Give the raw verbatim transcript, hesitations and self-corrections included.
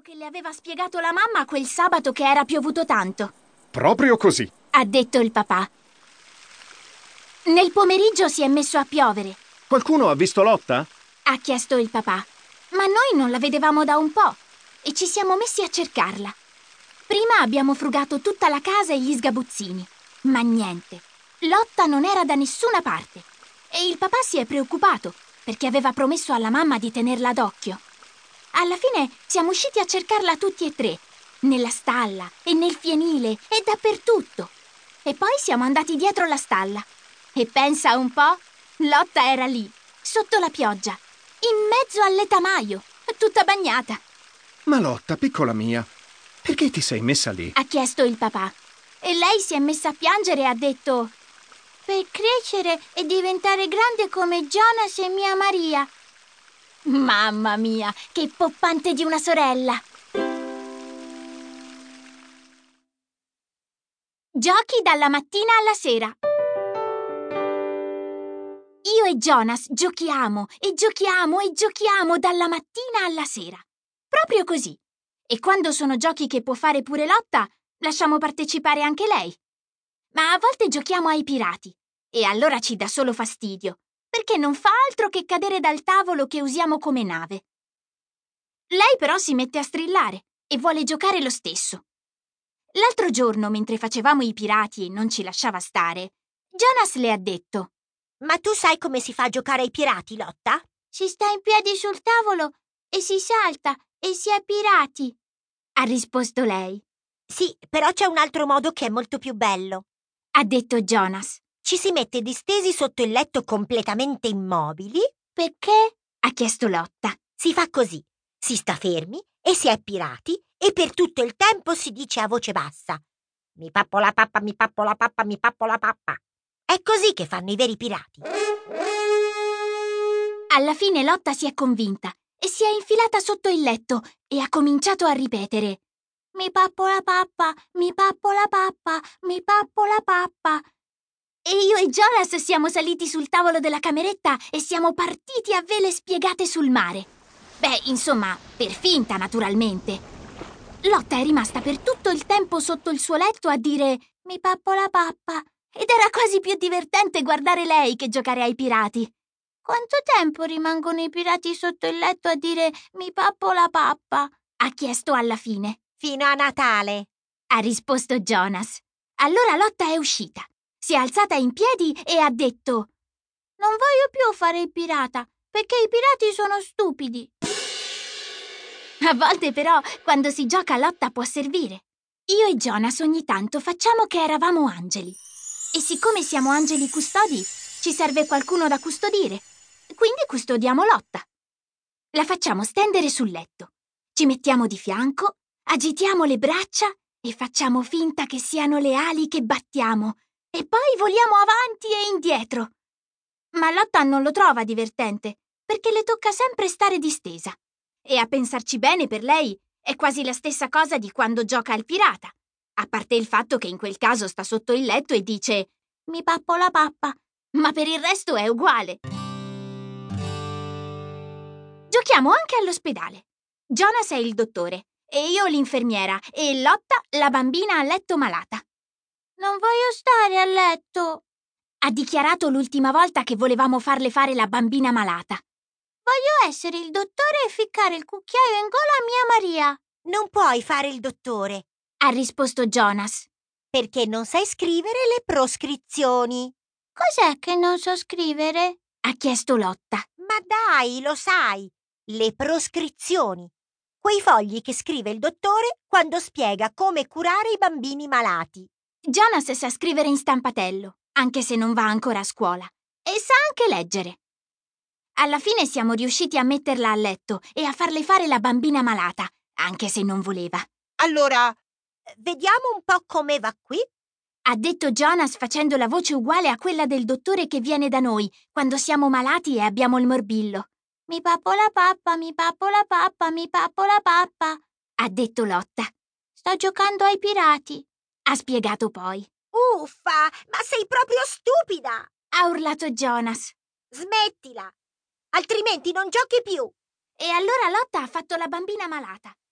che le aveva spiegato la mamma quel sabato che era piovuto tanto. Proprio così, ha detto il papà. Nel pomeriggio si è messo a piovere. Qualcuno ha visto Lotta? Ha chiesto il papà. Ma noi non la vedevamo da un po' e ci siamo messi a cercarla. Prima abbiamo frugato tutta la casa e gli sgabuzzini, ma niente. Lotta non era da nessuna parte e il papà si è preoccupato perché aveva promesso alla mamma di tenerla d'occhio. Alla fine siamo usciti a cercarla tutti e tre, nella stalla e nel fienile e dappertutto. E poi siamo andati dietro la stalla. E pensa un po', Lotta era lì, sotto la pioggia, in mezzo al letamaio, tutta bagnata. Ma Lotta, piccola mia, perché ti sei messa lì? Ha chiesto il papà. E lei si è messa a piangere e ha detto: per crescere e diventare grande come Jonas e mia Maria. Mamma mia, che poppante di una sorella! Giochi dalla mattina alla sera. Io e Jonas giochiamo e giochiamo e giochiamo dalla mattina alla sera. Proprio così. E quando sono giochi che può fare pure Lotta, lasciamo partecipare anche lei. Ma a volte giochiamo ai pirati. E allora ci dà solo fastidio, perché non fa altro che cadere dal tavolo che usiamo come nave. Lei però si mette a strillare e vuole giocare lo stesso. L'altro giorno, mentre facevamo i pirati e non ci lasciava stare, Jonas le ha detto: Ma tu sai come si fa a giocare ai pirati, Lotta? si sta in piedi sul tavolo e si salta e si è pirati, ha risposto lei. Sì, però c'è un altro modo che è molto più bello. Ha detto Jonas. Ci si mette distesi sotto il letto completamente immobili. Perché? Ha chiesto Lotta. Si fa così. Si sta fermi e si è pirati e per tutto il tempo si dice a voce bassa: mi pappo la pappa, mi pappo la pappa, mi pappo la pappa. È così che fanno i veri pirati. Alla fine Lotta si è convinta e si è infilata sotto il letto e ha cominciato a ripetere: mi pappo la pappa, mi pappo la pappa, mi pappo la pappa. E io e Jonas siamo saliti sul tavolo della cameretta e siamo partiti a vele spiegate sul mare. Beh, insomma, per finta, naturalmente. Lotta è rimasta per tutto il tempo sotto il suo letto a dire mi pappo la pappa ed era quasi più divertente guardare lei che giocare ai pirati. Quanto tempo rimangono i pirati sotto il letto a dire mi pappo la pappa? Ha chiesto alla fine. Fino a Natale, ha risposto Jonas. Allora Lotta è uscita. Si è alzata in piedi e ha detto: non voglio più fare il pirata, perché i pirati sono stupidi. A volte però, quando si gioca a Lotta può servire. Io e Jonas ogni tanto facciamo che eravamo angeli. E siccome siamo angeli custodi, ci serve qualcuno da custodire. Quindi custodiamo Lotta. La facciamo stendere sul letto. Ci mettiamo di fianco, agitiamo le braccia e facciamo finta che siano le ali che battiamo. E poi voliamo avanti e indietro. Ma Lotta non lo trova divertente, perché le tocca sempre stare distesa. E a pensarci bene, per lei è quasi la stessa cosa di quando gioca al pirata. A parte il fatto che in quel caso sta sotto il letto e dice mi pappo la pappa, ma per il resto è uguale. Giochiamo anche all'ospedale. Jonas è il dottore e io l'infermiera e Lotta la bambina a letto malata. Non voglio stare a letto, ha dichiarato l'ultima volta che volevamo farle fare la bambina malata. Voglio essere il dottore e ficcare il cucchiaio in gola a mia Maria. non puoi fare il dottore, Ha risposto Jonas. perché non sai scrivere le proscrizioni. Cos'è che non so scrivere? Ha chiesto Lotta. Ma dai, lo sai, le proscrizioni. Quei fogli che scrive il dottore quando spiega come curare i bambini malati. Jonas sa scrivere in stampatello, anche se non va ancora a scuola, e sa anche leggere. Alla fine siamo riusciti a metterla a letto e a farle fare la bambina malata, anche se non voleva. Allora, vediamo un po' come va qui. Ha detto Jonas facendo la voce uguale a quella del dottore che viene da noi quando siamo malati e abbiamo il morbillo. Mi pappo la pappa, mi pappo la pappa, mi pappo la pappa, ha detto Lotta. Sto giocando ai pirati, ha spiegato poi. Uffa, ma sei proprio stupida! Ha urlato Jonas. Smettila, altrimenti non giochi più. E allora Lotta ha fatto la bambina malata